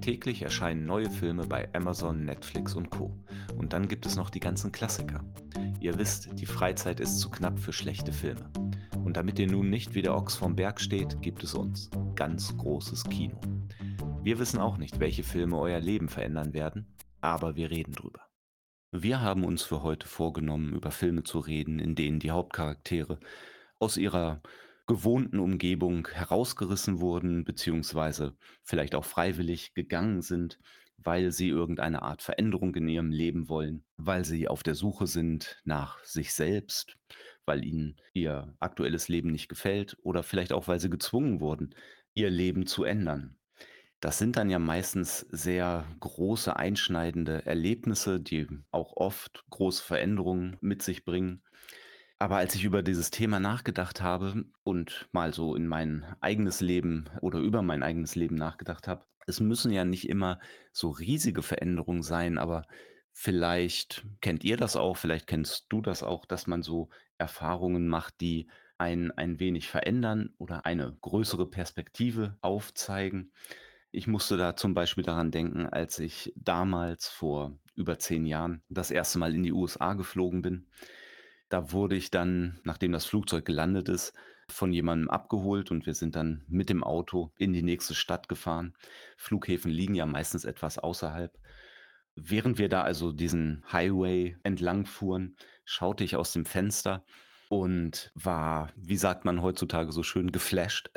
Täglich erscheinen neue Filme bei Amazon, Netflix und Co. Und dann gibt es noch die ganzen Klassiker. Ihr wisst, die Freizeit ist zu knapp für schlechte Filme. Und damit ihr nun nicht wie der Ochs vom Berg steht, gibt es uns. Ganz großes Kino. Wir wissen auch nicht, welche Filme euer Leben verändern werden, aber wir reden drüber. Wir haben uns für heute vorgenommen, über Filme zu reden, in denen die Hauptcharaktere aus ihrer gewohnten Umgebung herausgerissen wurden, beziehungsweise vielleicht auch freiwillig gegangen sind, weil sie irgendeine Art Veränderung in ihrem Leben wollen, weil sie auf der Suche sind nach sich selbst, weil ihnen ihr aktuelles Leben nicht gefällt oder vielleicht auch, weil sie gezwungen wurden, ihr Leben zu ändern. Das sind dann ja meistens sehr große, einschneidende Erlebnisse, die auch oft große Veränderungen mit sich bringen. Aber als ich über dieses Thema nachgedacht habe und mal so in mein eigenes Leben oder über mein eigenes Leben nachgedacht habe, es müssen ja nicht immer so riesige Veränderungen sein, aber vielleicht kennt ihr das auch, vielleicht kennst du das auch, dass man so Erfahrungen macht, die einen ein wenig verändern oder eine größere Perspektive aufzeigen. Ich musste da zum Beispiel daran denken, als ich damals vor über 10 Jahren das erste Mal in die USA geflogen bin. Da wurde ich dann, nachdem das Flugzeug gelandet ist, von jemandem abgeholt und wir sind dann mit dem Auto in die nächste Stadt gefahren. Flughäfen liegen ja meistens etwas außerhalb. Während wir da also diesen Highway entlang fuhren, schaute ich aus dem Fenster und war, wie sagt man heutzutage so schön, geflasht,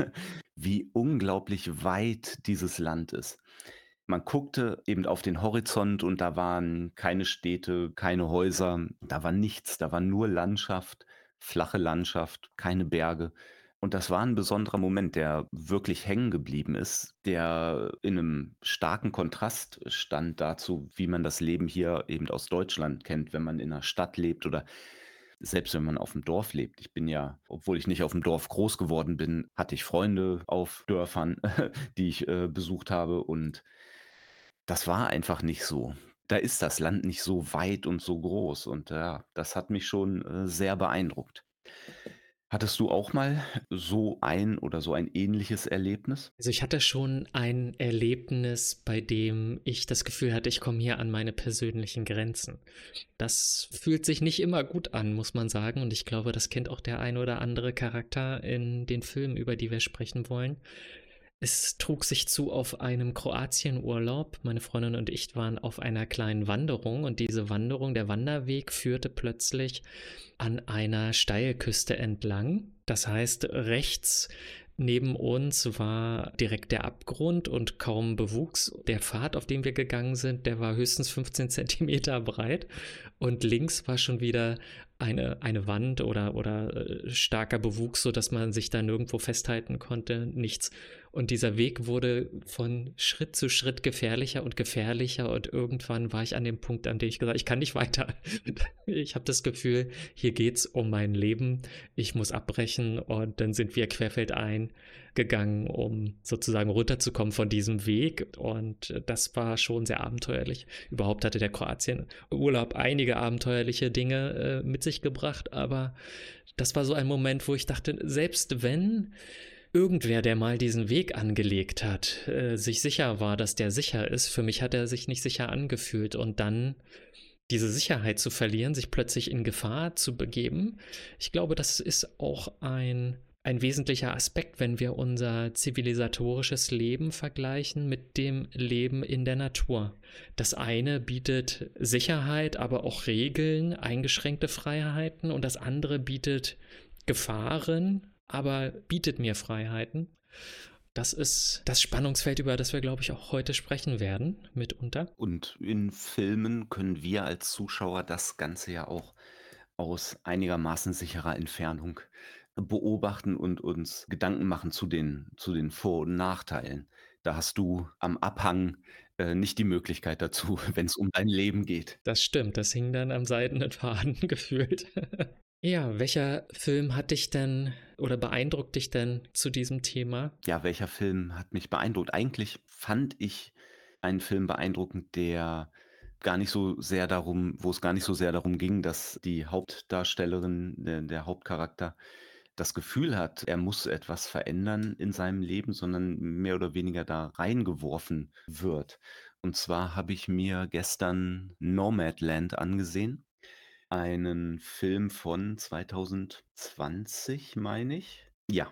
wie unglaublich weit dieses Land ist. Man guckte eben auf den Horizont und da waren keine Städte, keine Häuser, da war nichts, da war nur Landschaft, flache Landschaft, keine Berge. Und das war ein besonderer Moment, der wirklich hängen geblieben ist, der in einem starken Kontrast stand dazu, wie man das Leben hier eben aus Deutschland kennt, wenn man in 'ner Stadt lebt oder selbst wenn man auf dem Dorf lebt. Ich bin ja, obwohl ich nicht auf dem Dorf groß geworden bin, hatte ich Freunde auf Dörfern, die ich, besucht habe und das war einfach nicht so. Da ist das Land nicht so weit und so groß und ja, das hat mich schon, sehr beeindruckt. Hattest du auch mal so ein oder so ein ähnliches Erlebnis? Also ich hatte schon ein Erlebnis, bei dem ich das Gefühl hatte, ich komme hier an meine persönlichen Grenzen. Das fühlt sich nicht immer gut an, muss man sagen. Und ich glaube, das kennt auch der ein oder andere Charakter in den Filmen, über die wir sprechen wollen. Es trug sich zu auf einem Kroatienurlaub. Meine Freundin und ich waren auf einer kleinen Wanderung und diese Wanderung, der Wanderweg führte plötzlich an einer Steilküste entlang. Das heißt, rechts neben uns war direkt der Abgrund und kaum Bewuchs. Der Pfad, auf dem wir gegangen sind, der war höchstens 15 Zentimeter breit und links war schon wieder eine Wand oder starker Bewuchs, sodass man sich da nirgendwo festhalten konnte, nichts. Und dieser Weg wurde von Schritt zu Schritt gefährlicher und gefährlicher und irgendwann war ich an dem Punkt, an dem ich gesagt habe, ich kann nicht weiter. Ich habe das Gefühl, hier geht's um mein Leben, ich muss abbrechen und dann sind wir querfeldein gegangen, um sozusagen runterzukommen von diesem Weg und das war schon sehr abenteuerlich. Überhaupt hatte der Kroatien-Urlaub einige abenteuerliche Dinge mit sich gebracht, aber das war so ein Moment, wo ich dachte, selbst wenn irgendwer, der mal diesen Weg angelegt hat, sich sicher war, dass der sicher ist, für mich hat er sich nicht sicher angefühlt und dann diese Sicherheit zu verlieren, sich plötzlich in Gefahr zu begeben. Ich glaube, das ist auch ein wesentlicher Aspekt, wenn wir unser zivilisatorisches Leben vergleichen mit dem Leben in der Natur. Das eine bietet Sicherheit, aber auch Regeln, eingeschränkte Freiheiten und das andere bietet Gefahren, aber bietet mir Freiheiten. Das ist das Spannungsfeld, über das wir, glaube ich, auch heute sprechen werden, mitunter. Und in Filmen können wir als Zuschauer das Ganze ja auch aus einigermaßen sicherer Entfernung beobachten und uns Gedanken machen zu den Vor und Nachteilen. Da hast du am Abhang, nicht die Möglichkeit dazu, wenn es um dein Leben geht. Das stimmt, das hing dann am seidenen Faden gefühlt. Ja, welcher Film hat dich denn oder beeindruckt dich denn zu diesem Thema? Ja, welcher Film hat mich beeindruckt? Eigentlich fand ich einen Film beeindruckend, der gar nicht so sehr darum wo es gar nicht so sehr darum ging, dass die Hauptdarstellerin, der Hauptcharakter das Gefühl hat, er muss etwas verändern in seinem Leben, sondern mehr oder weniger da reingeworfen wird. Und zwar habe ich mir gestern Nomadland angesehen, einen Film von 2020, meine ich. Ja,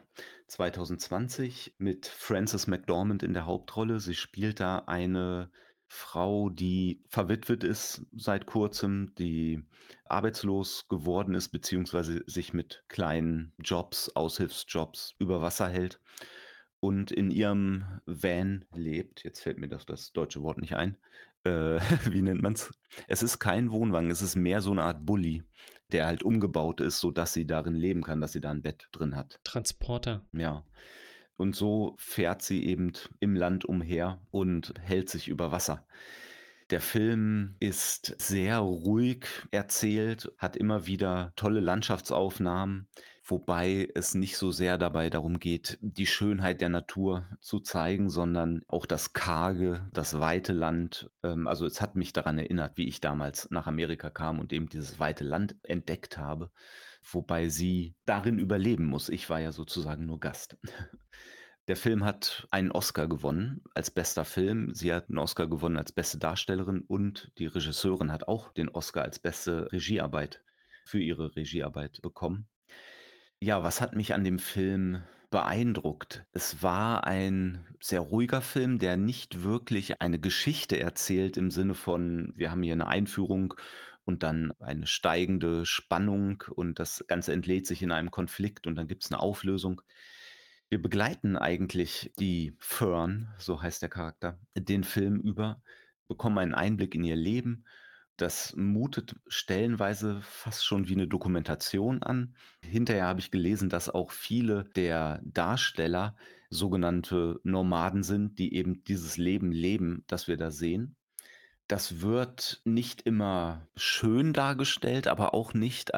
2020 mit Frances McDormand in der Hauptrolle. Sie spielt da eine Frau, die verwitwet ist seit Kurzem, die arbeitslos geworden ist, beziehungsweise sich mit kleinen Jobs, Aushilfsjobs über Wasser hält und in ihrem Van lebt. Jetzt fällt mir das deutsche Wort nicht ein. Wie nennt man's? Es ist kein Wohnwagen, es ist mehr so 'ne Art Bulli, der halt umgebaut ist, sodass sie darin leben kann, dass sie da 'n Bett drin hat. Transporter. Ja. Und so fährt sie eben im Land umher und hält sich über Wasser. Der Film ist sehr ruhig erzählt, hat immer wieder tolle Landschaftsaufnahmen, wobei es nicht so sehr dabei darum geht, die Schönheit der Natur zu zeigen, sondern auch das karge, das weite Land. Also, es hat mich daran erinnert, wie ich damals nach Amerika kam und eben dieses weite Land entdeckt habe, wobei sie darin überleben muss. Ich war ja sozusagen nur Gast. Der Film hat einen Oscar gewonnen als bester Film. Sie hat 'n Oscar gewonnen als beste Darstellerin und die Regisseurin hat auch den Oscar als beste Regiearbeit für ihre Regiearbeit bekommen. Ja, was hat mich an dem Film beeindruckt? Es war ein sehr ruhiger Film, der nicht wirklich eine Geschichte erzählt im Sinne von: Wir haben hier 'ne Einführung und dann eine steigende Spannung und das Ganze entlädt sich in einem Konflikt und dann gibt's 'ne Auflösung. Wir begleiten eigentlich die Fern, so heißt der Charakter, den Film über, bekommen einen Einblick in ihr Leben. Das mutet stellenweise fast schon wie 'ne Dokumentation an. Hinterher habe ich gelesen, dass auch viele der Darsteller sogenannte Nomaden sind, die eben dieses Leben leben, das wir da sehen. Das wird nicht immer schön dargestellt, aber auch nicht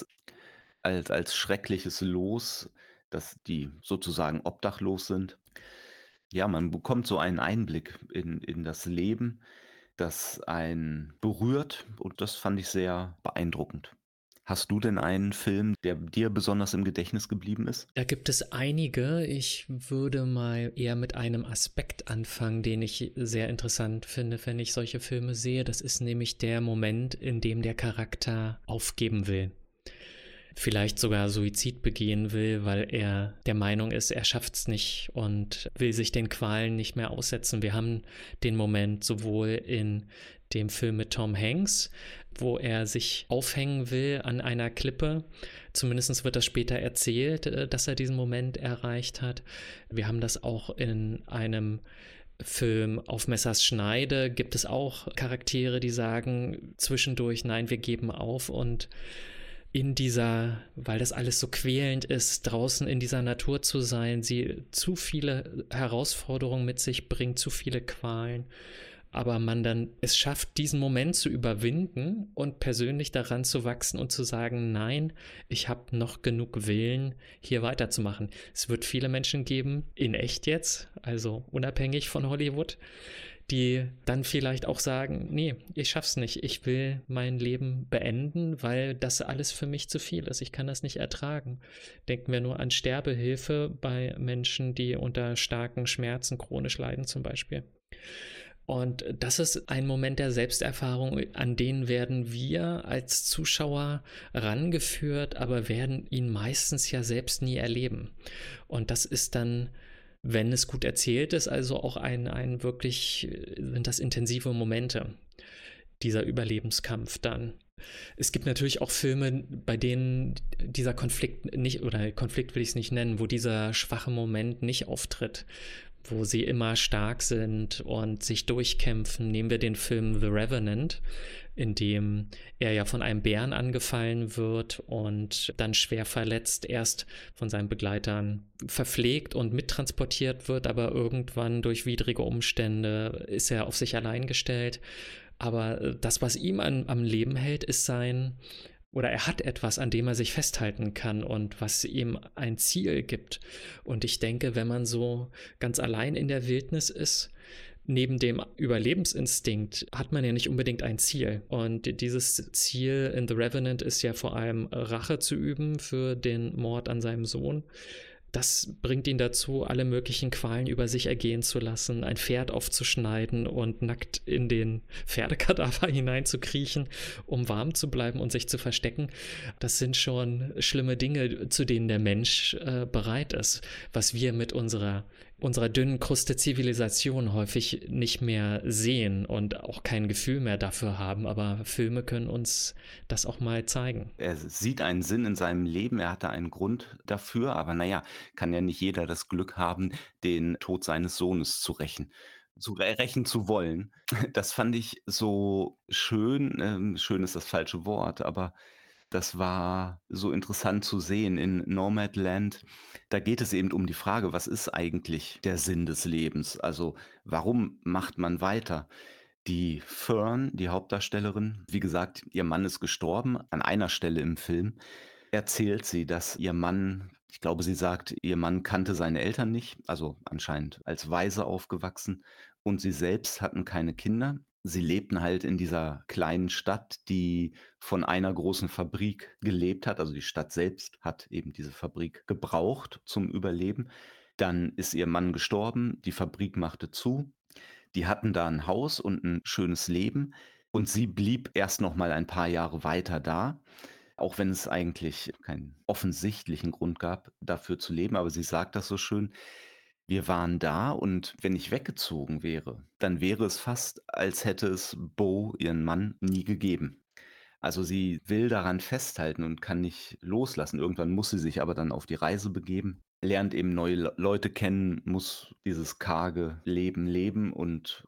als schreckliches Los, dass die sozusagen obdachlos sind. Ja, man bekommt so einen Einblick in das Leben, das einen berührt und das fand ich sehr beeindruckend. Hast du denn einen Film, der dir besonders im Gedächtnis geblieben ist? Da gibt es einige. Ich würde mal eher mit einem Aspekt anfangen, den ich sehr interessant finde, wenn ich solche Filme sehe. Das ist nämlich der Moment, in dem der Charakter aufgeben will. Vielleicht sogar Suizid begehen will, weil er der Meinung ist, er schafft es nicht und will sich den Qualen nicht mehr aussetzen. Wir haben den Moment sowohl in dem Film mit Tom Hanks, wo er sich aufhängen will an einer Klippe. Zumindest wird das später erzählt, dass er diesen Moment erreicht hat. Wir haben das auch in einem Film Auf Messers Schneide, gibt es auch Charaktere, die sagen zwischendurch, nein, wir geben auf, und in dieser, weil das alles so quälend ist, draußen in dieser Natur zu sein, sie zu viele Herausforderungen mit sich bringt, zu viele Qualen, aber man dann es schafft, diesen Moment zu überwinden und persönlich daran zu wachsen und zu sagen, nein, ich habe noch genug Willen, hier weiterzumachen. Es wird viele Menschen geben, in echt jetzt, also unabhängig von Hollywood, die dann vielleicht auch sagen, nee, ich schaff's nicht, ich will mein Leben beenden, weil das alles für mich zu viel ist, ich kann das nicht ertragen. Denken wir nur an Sterbehilfe bei Menschen, die unter starken Schmerzen chronisch leiden zum Beispiel. Und das ist ein Moment der Selbsterfahrung, an den werden wir als Zuschauer rangeführt, aber werden ihn meistens ja selbst nie erleben. Und das ist dann, wenn es gut erzählt ist, also auch ein wirklich, sind das intensive Momente, dieser Überlebenskampf dann. Es gibt natürlich auch Filme, bei denen dieser Konflikt nicht, oder Konflikt will ich es nicht nennen, wo dieser schwache Moment nicht auftritt, wo sie immer stark sind und sich durchkämpfen. Nehmen wir den Film The Revenant, in dem er ja von einem Bären angefallen wird und dann schwer verletzt erst von seinen Begleitern verpflegt und mittransportiert wird, aber irgendwann durch widrige Umstände ist er auf sich allein gestellt. Aber das, was ihm am Leben hält, ist oder er hat etwas, an dem er sich festhalten kann und was ihm ein Ziel gibt. Und ich denke, wenn man so ganz allein in der Wildnis ist, neben dem Überlebensinstinkt hat man ja nicht unbedingt ein Ziel. Und dieses Ziel in The Revenant ist ja vor allem Rache zu üben für den Mord an seinem Sohn. Das bringt ihn dazu, alle möglichen Qualen über sich ergehen zu lassen, ein Pferd aufzuschneiden und nackt in den Pferdekadaver hineinzukriechen, um warm zu bleiben und sich zu verstecken. Das sind schon schlimme Dinge, zu denen der Mensch bereit ist, was wir mit unserer dünnen Kruste Zivilisation häufig nicht mehr sehen und auch kein Gefühl mehr dafür haben. Aber Filme können uns das auch mal zeigen. Er sieht einen Sinn in seinem Leben, er hatte einen Grund dafür, aber naja, kann ja nicht jeder das Glück haben, den Tod seines Sohnes rächen zu wollen. Das fand ich so schön, schön ist das falsche Wort, aber das war so interessant zu sehen in Nomadland. Da geht es eben um die Frage: „Was ist eigentlich der Sinn des Lebens?“ Also, warum macht man weiter? Die Fern, die Hauptdarstellerin, wie gesagt, ihr Mann ist gestorben. An einer Stelle im Film erzählt sie, dass ihr Mann, ich glaube, sie sagt, ihr Mann kannte seine Eltern nicht, also anscheinend als Waise aufgewachsen, und sie selbst hatten keine Kinder. Sie lebten halt in dieser kleinen Stadt, die von einer großen Fabrik gelebt hat. Also die Stadt selbst hat eben diese Fabrik gebraucht zum Überleben. Dann ist ihr Mann gestorben, die Fabrik machte zu. Die hatten da 'n Haus und 'n schönes Leben und sie blieb erst noch mal ein paar Jahre weiter da, auch wenn es eigentlich keinen offensichtlichen Grund gab, dafür zu leben. Aber sie sagt das so schön: „Wir waren da und wenn ich weggezogen wäre, dann wäre es fast, als hätte es Bo, ihren Mann, nie gegeben.“ Also, sie will daran festhalten und kann nicht loslassen. Irgendwann muss sie sich aber dann auf die Reise begeben, lernt eben neue Leute kennen, muss dieses karge Leben leben und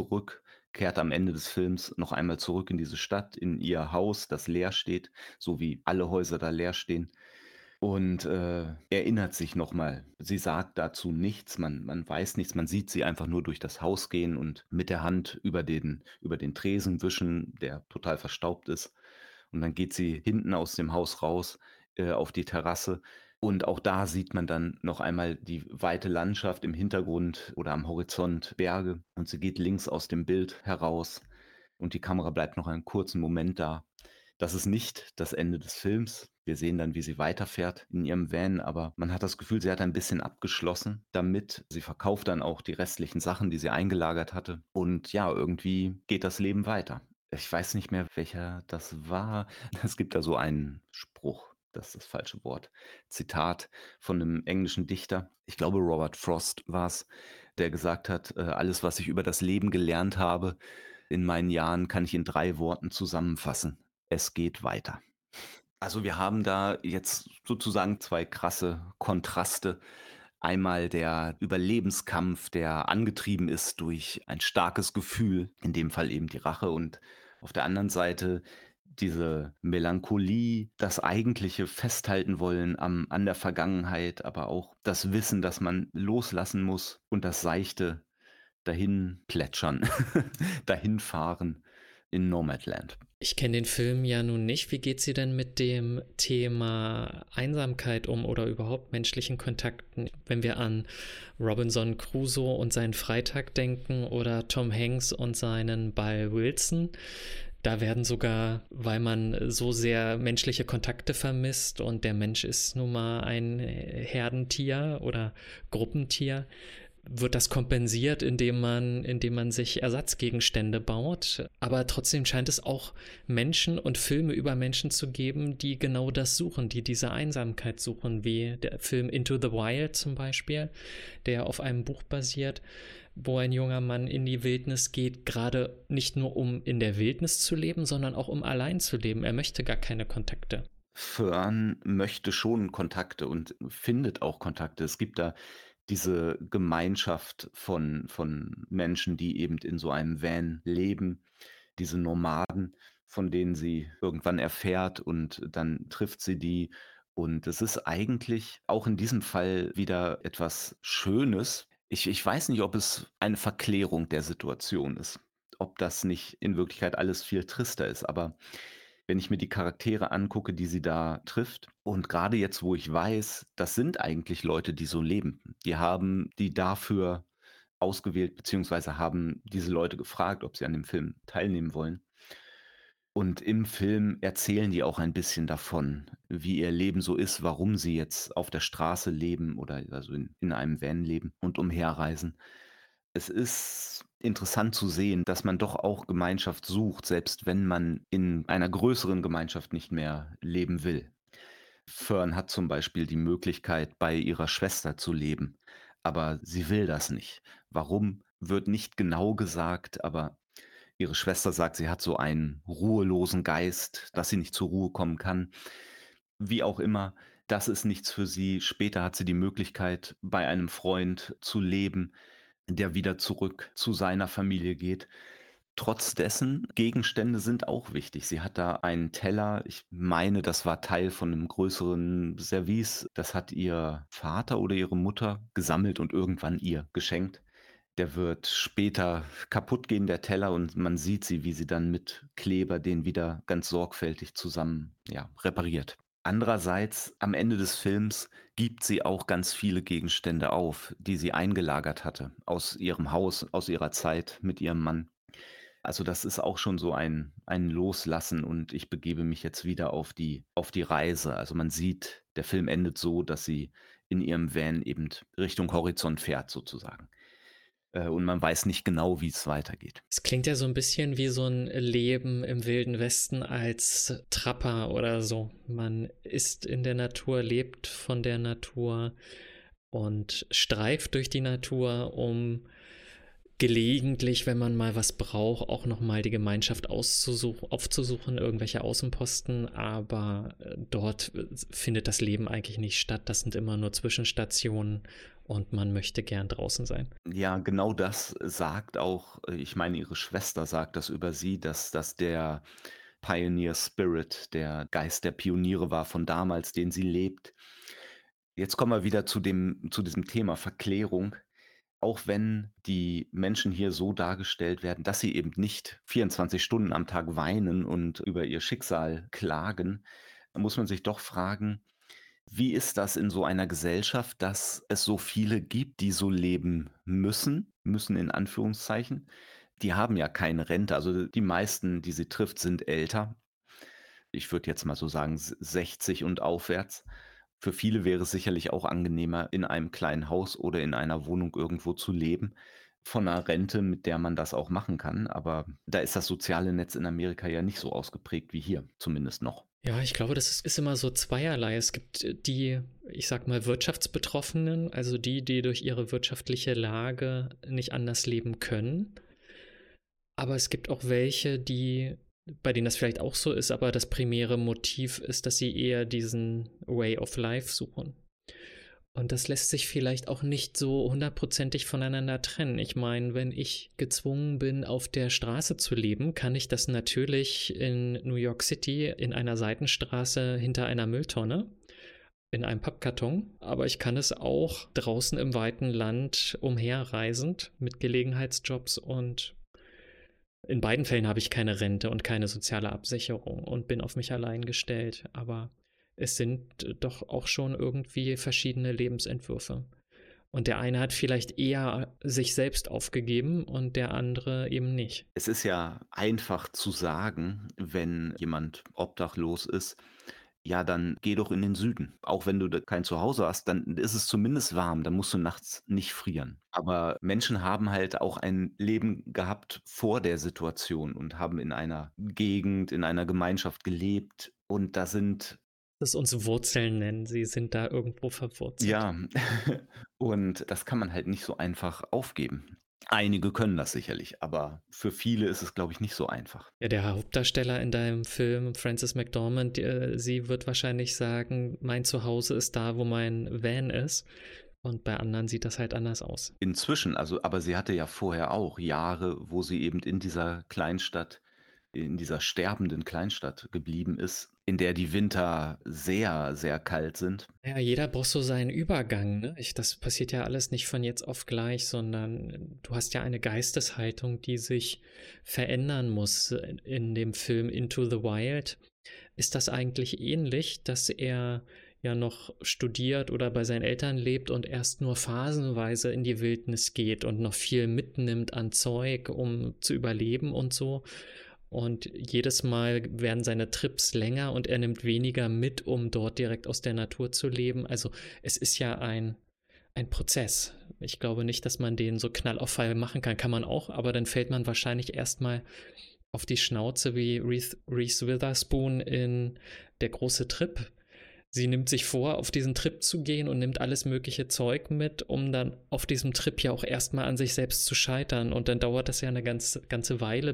kehrt am Ende des Films noch einmal zurück in diese Stadt, in ihr Haus, das leer steht, so wie alle Häuser da leer stehen und, erinnert sich noch mal. Sie sagt dazu nichts, man weiß nichts, man sieht sie einfach nur durch das Haus gehen und mit der Hand über den Tresen wischen, der total verstaubt ist. Und dann geht sie hinten aus dem Haus raus, auf die Terrasse und auch da sieht man dann noch einmal die weite Landschaft, im Hintergrund oder am Horizont Berge und sie geht links aus dem Bild heraus und die Kamera bleibt noch einen kurzen Moment da. Das ist nicht das Ende des Films. Wir sehen dann, wie sie weiterfährt in ihrem Van, aber man hat das Gefühl, sie hat ein bisschen abgeschlossen damit. Sie verkauft dann auch die restlichen Sachen, die sie eingelagert hatte. Und ja, irgendwie geht das Leben weiter. Ich weiß nicht mehr, welcher das war. Es gibt da so einen Spruch, das ist das falsche Wort. Zitat von einem englischen Dichter. Ich glaube, Robert Frost war es, der gesagt hat: „Alles, was ich über das Leben gelernt habe in meinen Jahren, kann ich in 3 Worten zusammenfassen: Es geht weiter.“ Also, wir haben da jetzt sozusagen 2 krasse Kontraste. Einmal der Überlebenskampf, der angetrieben ist durch ein starkes Gefühl, in dem Fall eben die Rache, und auf der anderen Seite diese Melancholie, das eigentliche Festhalten wollen an der Vergangenheit, aber auch das Wissen, dass man loslassen muss und das seichte Dahinplätschern, Dahinfahren in Nomadland. Ich kenne den Film ja nun nicht. Wie geht sie denn mit dem Thema Einsamkeit um oder überhaupt menschlichen Kontakten? Wenn wir an Robinson Crusoe und seinen Freitag denken oder Tom Hanks und seinen Ball Wilson, da werden sogar, weil man so sehr menschliche Kontakte vermisst und der Mensch ist nun mal ein Herdentier oder Gruppentier, wird das kompensiert, indem man sich Ersatzgegenstände baut. Aber trotzdem scheint es auch Menschen und Filme über Menschen zu geben, die genau das suchen, die diese Einsamkeit suchen, wie der Film Into the Wild zum Beispiel, der auf einem Buch basiert, wo ein junger Mann in die Wildnis geht, gerade nicht nur um in der Wildnis zu leben, sondern auch um allein zu leben. Er möchte gar keine Kontakte. Fern möchte schon Kontakte und findet auch Kontakte. Es gibt da diese Gemeinschaft von Menschen, die eben in so einem Van leben, diese Nomaden, von denen sie irgendwann erfährt und dann trifft sie die. Und es ist eigentlich auch in diesem Fall wieder etwas Schönes. Ich weiß nicht, ob es eine Verklärung der Situation ist, ob das nicht in Wirklichkeit alles viel trister ist, aber wenn ich mir die Charaktere angucke, die sie da trifft und gerade jetzt, wo ich weiß, das sind eigentlich Leute, die so leben. Die dafür ausgewählt, beziehungsweise haben diese Leute gefragt, ob sie an dem Film teilnehmen wollen. Und im Film erzählen die auch ein bisschen davon, wie ihr Leben so ist, warum sie jetzt auf der Straße leben oder also in einem Van leben und umherreisen. Es ist interessant zu sehen, dass man doch auch Gemeinschaft sucht, selbst wenn man in einer größeren Gemeinschaft nicht mehr leben will. Fern hat zum Beispiel die Möglichkeit, bei ihrer Schwester zu leben, aber sie will das nicht. Warum, wird nicht genau gesagt, aber ihre Schwester sagt, sie hat so einen ruhelosen Geist, dass sie nicht zur Ruhe kommen kann. Wie auch immer, das ist nichts für sie. Später hat sie die Möglichkeit, bei einem Freund zu leben, der wieder zurück zu seiner Familie geht. Trotz dessen, Gegenstände sind auch wichtig. Sie hat da einen Teller, ich meine, das war Teil von einem größeren Service. Das hat ihr Vater oder ihre Mutter gesammelt und irgendwann ihr geschenkt. Der wird später kaputt gehen, der Teller, und man sieht sie, wie sie dann mit Kleber den wieder ganz sorgfältig zusammen, ja, repariert. Andererseits, am Ende des Films gibt sie auch ganz viele Gegenstände auf, die sie eingelagert hatte aus ihrem Haus, aus ihrer Zeit mit ihrem Mann. Also, das ist auch schon so ein Loslassen und ich begebe mich jetzt wieder auf die Reise. Also, man sieht, der Film endet so, dass sie in ihrem Van eben Richtung Horizont fährt sozusagen. Und man weiß nicht genau, wie es weitergeht. Es klingt ja so ein bisschen wie so ein Leben im Wilden Westen als Trapper oder so. Man ist in der Natur, lebt von der Natur und streift durch die Natur, um gelegentlich, wenn man mal was braucht, auch nochmal die Gemeinschaft aufzusuchen, irgendwelche Außenposten, aber dort findet das Leben eigentlich nicht statt. Das sind immer nur Zwischenstationen und man möchte gern draußen sein. Ja, genau das sagt auch ich meine, ihre Schwester sagt das über sie, dass das der Pioneer Spirit, der Geist der Pioniere war von damals, den sie lebt. Jetzt kommen wir wieder zu diesem Thema Verklärung. Auch wenn die Menschen hier so dargestellt werden, dass sie eben nicht 24 Stunden am Tag weinen und über ihr Schicksal klagen, muss man sich doch fragen: Wie ist das in so einer Gesellschaft, dass es so viele gibt, die so leben müssen in Anführungszeichen? Die haben ja keine Rente. Also, die meisten, die sie trifft, sind älter. Ich würde jetzt mal so sagen, 60 und aufwärts. Für viele wäre es sicherlich auch angenehmer, in einem kleinen Haus oder in einer Wohnung irgendwo zu leben, von 'ner Rente, mit der man das auch machen kann. Aber da ist das soziale Netz in Amerika ja nicht so ausgeprägt wie hier, zumindest noch. Ja, ich glaube, das ist immer so zweierlei. Es gibt die, ich sag mal, Wirtschaftsbetroffenen, also die durch ihre wirtschaftliche Lage nicht anders leben können. Aber es gibt auch welche, bei denen das vielleicht auch so ist, aber das primäre Motiv ist, dass sie eher diesen Way of Life suchen. Und das lässt sich vielleicht auch nicht so hundertprozentig voneinander trennen. Ich meine, wenn ich gezwungen bin, auf der Straße zu leben, kann ich das natürlich in New York City in einer Seitenstraße hinter einer Mülltonne, in einem Pappkarton, aber ich kann es auch draußen im weiten Land umherreisend mit Gelegenheitsjobs, und in beiden Fällen habe ich keine Rente und keine soziale Absicherung und bin auf mich allein gestellt, aber es sind doch auch schon irgendwie verschiedene Lebensentwürfe. Und der eine hat vielleicht eher sich selbst aufgegeben und der andere eben nicht. Es ist ja einfach zu sagen, wenn jemand obdachlos ist: „Ja, dann geh doch in den Süden. Auch wenn du da kein Zuhause hast, dann ist es zumindest warm, dann musst du nachts nicht frieren.“ Aber Menschen haben halt auch ein Leben gehabt vor der Situation und haben in einer Gegend, in einer Gemeinschaft gelebt und da sind Das uns Wurzeln nennen, sie sind da irgendwo verwurzelt. ja, und das kann man halt nicht so einfach aufgeben. Einige können das sicherlich, aber für viele ist es, glaube ich, nicht so einfach. Ja, der Hauptdarsteller in deinem Film, Frances McDormand, sie wird wahrscheinlich sagen, mein Zuhause ist da, wo mein Van ist. Und bei anderen sieht das halt anders aus. Inzwischen, also aber sie hatte ja vorher auch Jahre, wo sie eben in dieser sterbenden Kleinstadt geblieben ist, in der die Winter sehr, sehr kalt sind. Ja, jeder braucht so seinen Übergang, ne? Das passiert ja alles nicht von jetzt auf gleich, sondern du hast ja eine Geisteshaltung, die sich verändern muss. In dem Film Into the Wild ist das eigentlich ähnlich, dass er ja noch studiert oder bei seinen Eltern lebt und erst nur phasenweise in die Wildnis geht und noch viel mitnimmt an Zeug, um zu überleben und so. Und jedes Mal werden seine Trips länger und er nimmt weniger mit, um dort direkt aus der Natur zu leben. Also es ist ja ein Prozess. Ich glaube nicht, dass man den so knall auf Fall machen kann. Kann man auch, aber dann fällt man wahrscheinlich erstmal auf die Schnauze wie Reese Witherspoon in Der große Trip. Sie nimmt sich vor, auf diesen Trip zu gehen und nimmt alles mögliche Zeug mit, um dann auf diesem Trip ja auch erstmal an sich selbst zu scheitern. Und dann dauert das ja eine ganze Weile,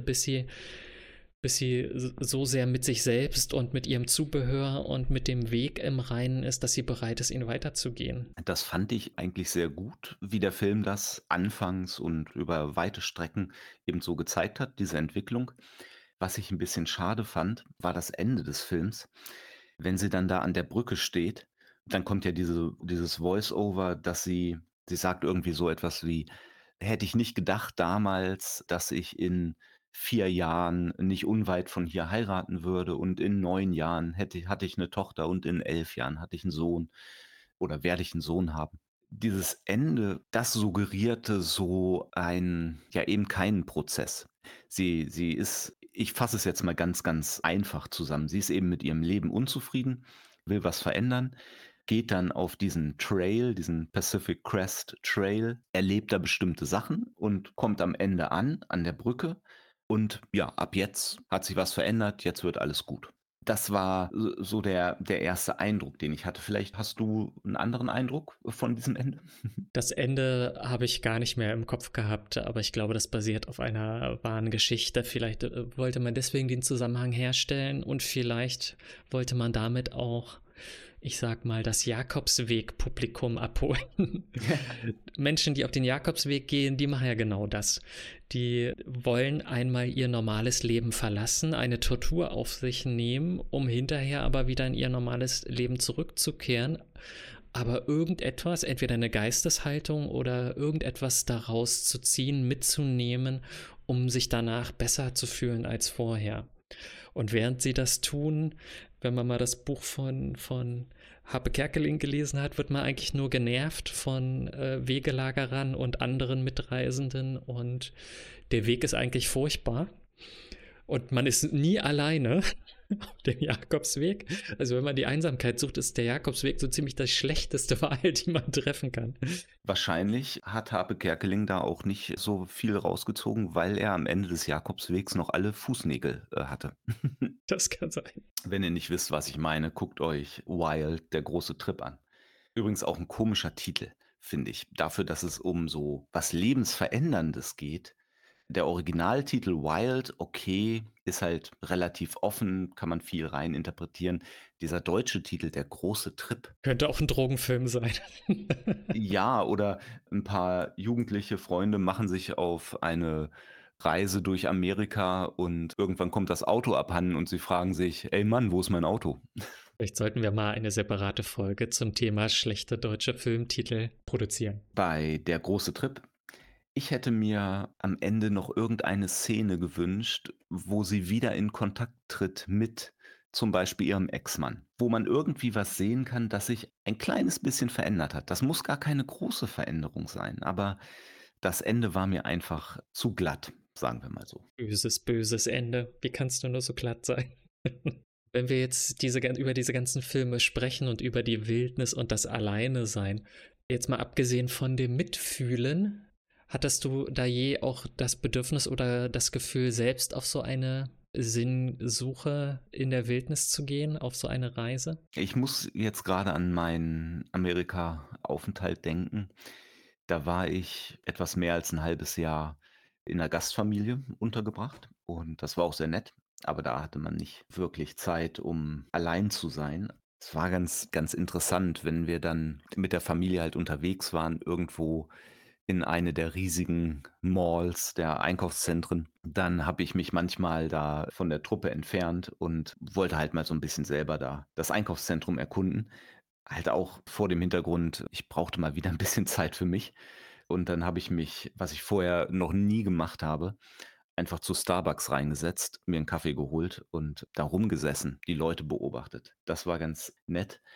bis sie so sehr mit sich selbst und mit ihrem Zubehör und mit dem Weg im Reinen ist, dass sie bereit ist, ihn weiterzugehen. Das fand ich eigentlich sehr gut, wie der Film das anfangs und über weite Strecken eben so gezeigt hat, diese Entwicklung. Was ich ein bisschen schade fand, war das Ende des Films. Wenn sie dann da an der Brücke steht, dann kommt ja dieses Voice-over, dass sie sagt irgendwie so etwas wie: „Hätte ich nicht gedacht damals, dass ich in 4 Jahren nicht unweit von hier heiraten würde und in 9 Jahren hatte ich eine Tochter und in 11 Jahren hatte ich einen Sohn oder werde ich einen Sohn haben.“ Dieses Ende, das suggerierte so ja, eben keinen Prozess. Sie ist, ich fasse es jetzt mal ganz, ganz einfach zusammen. Sie ist eben mit ihrem Leben unzufrieden, will was verändern, geht dann auf diesen Trail, diesen Pacific Crest Trail, erlebt da bestimmte Sachen und kommt am Ende an der Brücke und ja, ab jetzt hat sich was verändert, jetzt wird alles gut. Das war so der erste Eindruck, den ich hatte. Vielleicht hast du einen anderen Eindruck von diesem Ende? Das Ende habe ich gar nicht mehr im Kopf gehabt, aber ich glaube, das basiert auf einer wahren Geschichte. Vielleicht wollte man deswegen den Zusammenhang herstellen und vielleicht wollte man damit auch, ich sag mal, das Jakobsweg-Publikum abholen. Menschen, die auf den Jakobsweg gehen, die machen ja genau das. Die wollen einmal ihr normales Leben verlassen, eine Tortur auf sich nehmen, um hinterher aber wieder in ihr normales Leben zurückzukehren. Aber irgendetwas, entweder eine Geisteshaltung oder irgendetwas daraus zu ziehen, mitzunehmen, um sich danach besser zu fühlen als vorher. Und während sie das tun, wenn man mal das Buch von Harpe Kerkeling gelesen hat, wird man eigentlich nur genervt von Wegelagerern und anderen Mitreisenden. Und der Weg ist eigentlich furchtbar. Und man ist nie alleine auf dem Jakobsweg. Also wenn man die Einsamkeit sucht, ist der Jakobsweg so ziemlich das schlechteste Wahl, die man treffen kann. Wahrscheinlich hat Harpe Kerkeling da auch nicht so viel rausgezogen, weil er am Ende des Jakobswegs noch alle Fußnägel, hatte. Das kann sein. Wenn ihr nicht wisst, was ich meine, guckt euch Wild, der große Trip an. Übrigens auch ein komischer Titel, finde ich, dafür, dass es um so was Lebensveränderndes geht. Der Originaltitel Wild, okay, ist halt relativ offen, kann man viel rein interpretieren. Dieser deutsche Titel, der große Trip, Könnte auch ein Drogenfilm sein. ja, oder ein paar jugendliche Freunde machen sich auf eine Reise durch Amerika und irgendwann kommt das Auto abhanden und sie fragen sich: „Ey Mann, wo ist mein Auto?“ Vielleicht sollten wir mal eine separate Folge zum Thema schlechte deutsche Filmtitel produzieren. Bei Der große Trip, ich hätte mir am Ende noch irgendeine Szene gewünscht, wo sie wieder in Kontakt tritt mit zum Beispiel ihrem Ex-Mann, wo man irgendwie was sehen kann, das sich ein kleines bisschen verändert hat. Das muss gar keine große Veränderung sein, aber das Ende war mir einfach zu glatt, sagen wir mal so. Böses, böses Ende. Wie kannst du nur so glatt sein? Wenn wir jetzt über diese ganzen Filme sprechen und über die Wildnis und das Alleine sein, jetzt mal abgesehen von dem Mitfühlen, hattest du da je auch das Bedürfnis oder das Gefühl, selbst auf so eine Sinnsuche in der Wildnis zu gehen, auf so eine Reise? Ich muss jetzt gerade an meinen Amerika-Aufenthalt denken. Da war ich etwas mehr als ein halbes Jahr in 'ner Gastfamilie untergebracht und das war auch sehr nett, aber da hatte man nicht wirklich Zeit, um allein zu sein. Es war ganz, ganz interessant, wenn wir dann mit der Familie halt unterwegs waren, irgendwo in eine der riesigen Malls, der Einkaufszentren. Dann habe ich mich manchmal da von der Truppe entfernt und wollte halt mal so 'n bisschen selber da das Einkaufszentrum erkunden. Halt auch vor dem Hintergrund, ich brauchte mal wieder 'n bisschen Zeit für mich. Und dann habe ich mich, was ich vorher noch nie gemacht habe, einfach zu Starbucks reingesetzt, mir 'n Kaffee geholt und da rumgesessen, die Leute beobachtet. Das war ganz nett.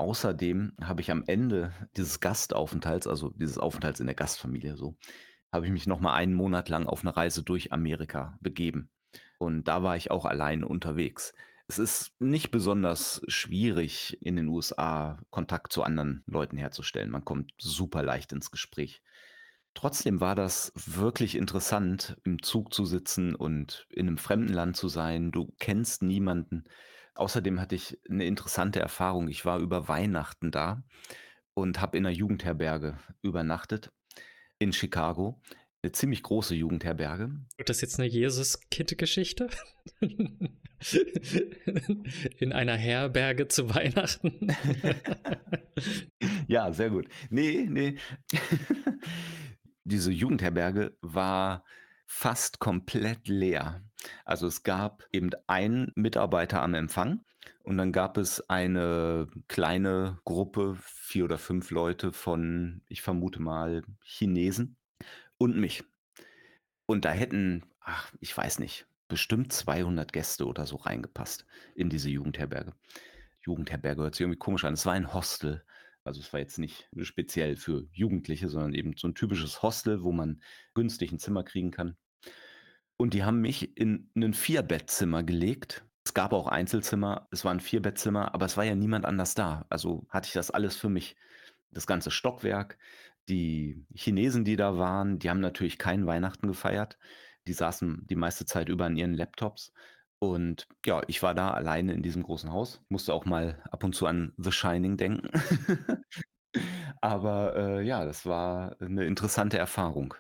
Außerdem habe ich am Ende dieses Gastaufenthalts, also dieses Aufenthalts in der Gastfamilie so, habe ich mich noch mal einen Monat lang auf eine Reise durch Amerika begeben. Und da war ich auch alleine unterwegs. Es ist nicht besonders schwierig, in den USA Kontakt zu anderen Leuten herzustellen. Man kommt super leicht ins Gespräch. Trotzdem war das wirklich interessant, im Zug zu sitzen und in einem fremden Land zu sein. Du kennst niemanden. Außerdem hatte ich eine interessante Erfahrung. Ich war über Weihnachten da und habe in 'ner Jugendherberge übernachtet in Chicago. 'Ne ziemlich große Jugendherberge. Wird das jetzt eine Jesus-Kind-Geschichte? In einer Herberge zu Weihnachten? Ja, sehr gut. Ne. Diese Jugendherberge war fast komplett leer. Also, es gab eben einen Mitarbeiter am Empfang und dann gab es eine kleine Gruppe, 4 oder 5 Leute von, ich vermute mal, Chinesen und mich. Und da hätten, ach, ich weiß nicht, bestimmt 200 Gäste oder so reingepasst in diese Jugendherberge. Jugendherberge hört sich irgendwie komisch an. Es war ein Hostel. Also, es war jetzt nicht speziell für Jugendliche, sondern eben so 'n typisches Hostel, wo man günstig 'n Zimmer kriegen kann. Und die haben mich in 'nen Vierbettzimmer gelegt. Es gab auch Einzelzimmer, es war 'n Vierbettzimmer, aber es war ja niemand anders da. Also, hatte ich das alles für mich. Das ganze Stockwerk, die Chinesen, die da waren, die haben natürlich kein Weihnachten gefeiert. Die saßen die meiste Zeit über an ihren Laptops. Und ja, ich war da alleine in diesem großen Haus. Musste auch mal ab und zu an The Shining denken. Aber, ja, das war 'ne interessante Erfahrung.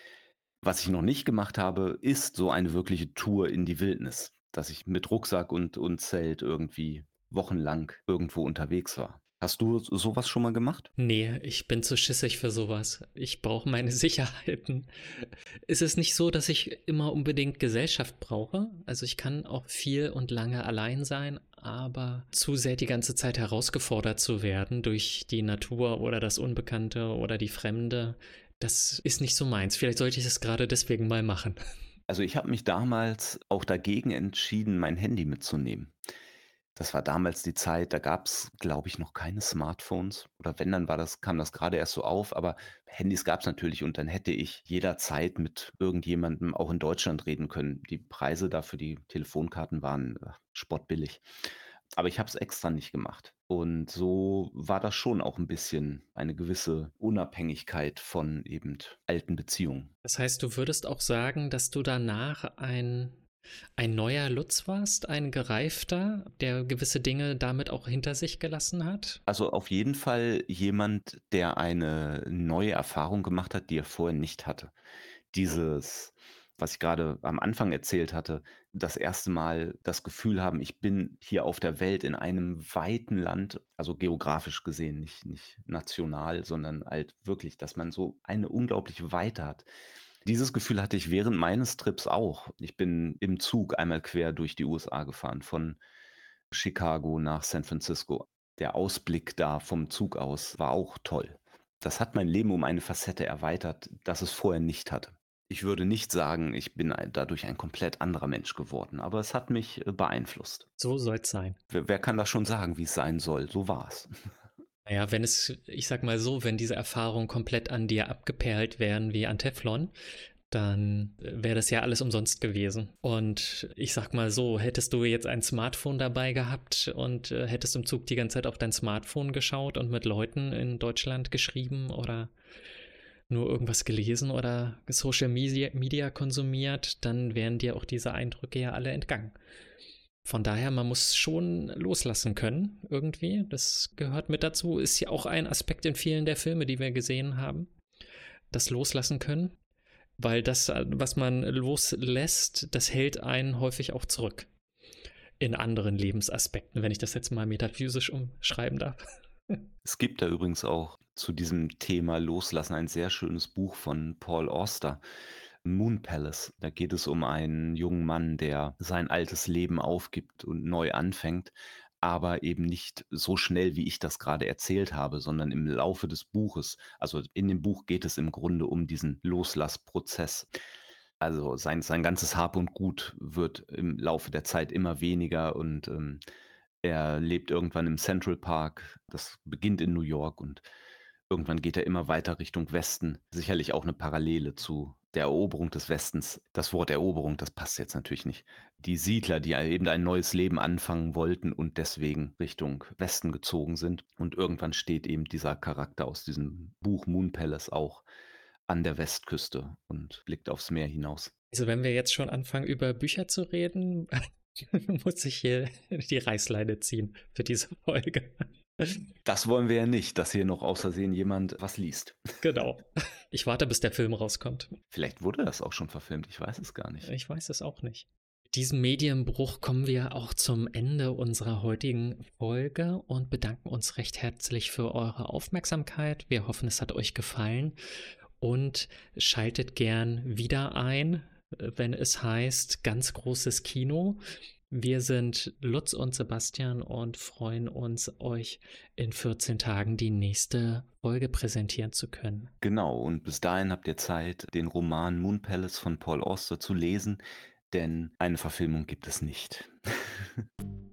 Was ich noch nicht gemacht habe, ist so eine wirkliche Tour in die Wildnis, dass ich mit Rucksack und Zelt irgendwie wochenlang irgendwo unterwegs war. Hast du so was schon mal gemacht? Nee, ich bin zu schissig für sowas. Ich brauche meine Sicherheiten. Ist es nicht so, dass ich immer unbedingt Gesellschaft brauche? Also ich kann auch viel und lange allein sein, aber zu sehr die ganze Zeit herausgefordert zu werden durch die Natur oder das Unbekannte oder die Fremde, das ist nicht so meins. Vielleicht sollte ich es gerade deswegen mal machen. Also, ich habe mich damals auch dagegen entschieden, mein Handy mitzunehmen. Das war damals die Zeit, da gab's, glaube ich, noch keine Smartphones oder wenn, dann kam das grade erst so auf, aber Handys gab's natürlich und dann hätte ich jederzeit mit irgendjemandem auch in Deutschland reden können. Die Preise da für die Telefonkarten waren, spottbillig. Aber ich habe es extra nicht gemacht. Und so war das schon auch 'n bisschen eine gewisse Unabhängigkeit von eben alten Beziehungen. Das heißt, du würdest auch sagen, dass du danach ein neuer Lutz warst, ein gereifter, der gewisse Dinge damit auch hinter sich gelassen hat? Also, auf jeden Fall jemand, der eine neue Erfahrung gemacht hat, die er vorher nicht hatte. Dieses, was ich gerade am Anfang erzählt hatte, das erste Mal das Gefühl haben, ich bin hier auf der Welt in einem weiten Land, also geografisch gesehen, nicht national, sondern halt wirklich, dass man so eine unglaubliche Weite hat. Dieses Gefühl hatte ich während meines Trips auch. Ich bin im Zug einmal quer durch die USA gefahren, von Chicago nach San Francisco. Der Ausblick da vom Zug aus war auch toll. Das hat mein Leben um eine Facette erweitert, das es vorher nicht hatte. Ich würde nicht sagen, ich bin dadurch ein komplett anderer Mensch geworden, aber es hat mich beeinflusst. So soll es sein. Wer kann das schon sagen, wie es sein soll? So war es. Naja, wenn es, ich sag mal so, wenn diese Erfahrungen komplett an dir abgeperlt wären wie an Teflon, dann wäre das ja alles umsonst gewesen. Und ich sag mal so, hättest du jetzt ein Smartphone dabei gehabt und hättest im Zug die ganze Zeit auf dein Smartphone geschaut und mit Leuten in Deutschland geschrieben oder nur irgendwas gelesen oder Social Media konsumiert, dann wären dir auch diese Eindrücke ja alle entgangen. Von daher, man muss schon loslassen können, irgendwie. Das gehört mit dazu. Ist ja auch ein Aspekt in vielen der Filme, die wir gesehen haben. Das Loslassen können. Weil das, was man loslässt, das hält einen häufig auch zurück. In anderen Lebensaspekten, wenn ich das jetzt mal metaphysisch umschreiben darf. Es gibt da übrigens auch zu diesem Thema Loslassen ein sehr schönes Buch von Paul Auster, Moon Palace. Da geht es um einen jungen Mann, der sein altes Leben aufgibt und neu anfängt, aber eben nicht so schnell, wie ich das gerade erzählt habe, sondern im Laufe des Buches. Also, in dem Buch geht es im Grunde um diesen Loslassprozess. Also, sein ganzes Hab und Gut wird im Laufe der Zeit immer weniger und, Er lebt irgendwann im Central Park. Das beginnt in New York und irgendwann geht er immer weiter Richtung Westen. Sicherlich auch 'ne Parallele zu der Eroberung des Westens. Das Wort Eroberung, das passt jetzt natürlich nicht. Die Siedler, die eben ein neues Leben anfangen wollten und deswegen Richtung Westen gezogen sind. Und irgendwann steht eben dieser Charakter aus diesem Buch Moon Palace auch an der Westküste und blickt aufs Meer hinaus. Also wenn wir jetzt schon anfangen, über Bücher zu reden, muss ich hier die Reißleine ziehen für diese Folge. Das wollen wir ja nicht, dass hier noch aus Versehen jemand was liest. Genau. Ich warte, bis der Film rauskommt. Vielleicht wurde das auch schon verfilmt, ich weiß es gar nicht. Ich weiß es auch nicht. Mit diesem Medienbruch kommen wir auch zum Ende unserer heutigen Folge und bedanken uns recht herzlich für eure Aufmerksamkeit. Wir hoffen, es hat euch gefallen und schaltet gern wieder ein, wenn es heißt ganz großes Kino. Wir sind Lutz und Sebastian und freuen uns, euch in 14 Tagen die nächste Folge präsentieren zu können. Genau, und bis dahin habt ihr Zeit, den Roman Moon Palace von Paul Auster zu lesen, denn eine Verfilmung gibt es nicht.